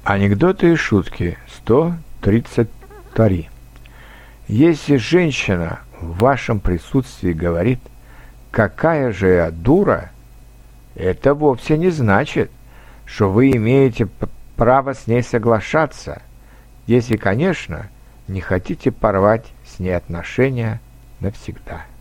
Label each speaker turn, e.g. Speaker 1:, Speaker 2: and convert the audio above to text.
Speaker 1: Анекдоты и шутки 133. Если женщина в вашем присутствии говорит «какая же я дура», это вовсе не значит, что вы имеете право с ней соглашаться, если, конечно, не хотите порвать с ней отношения навсегда.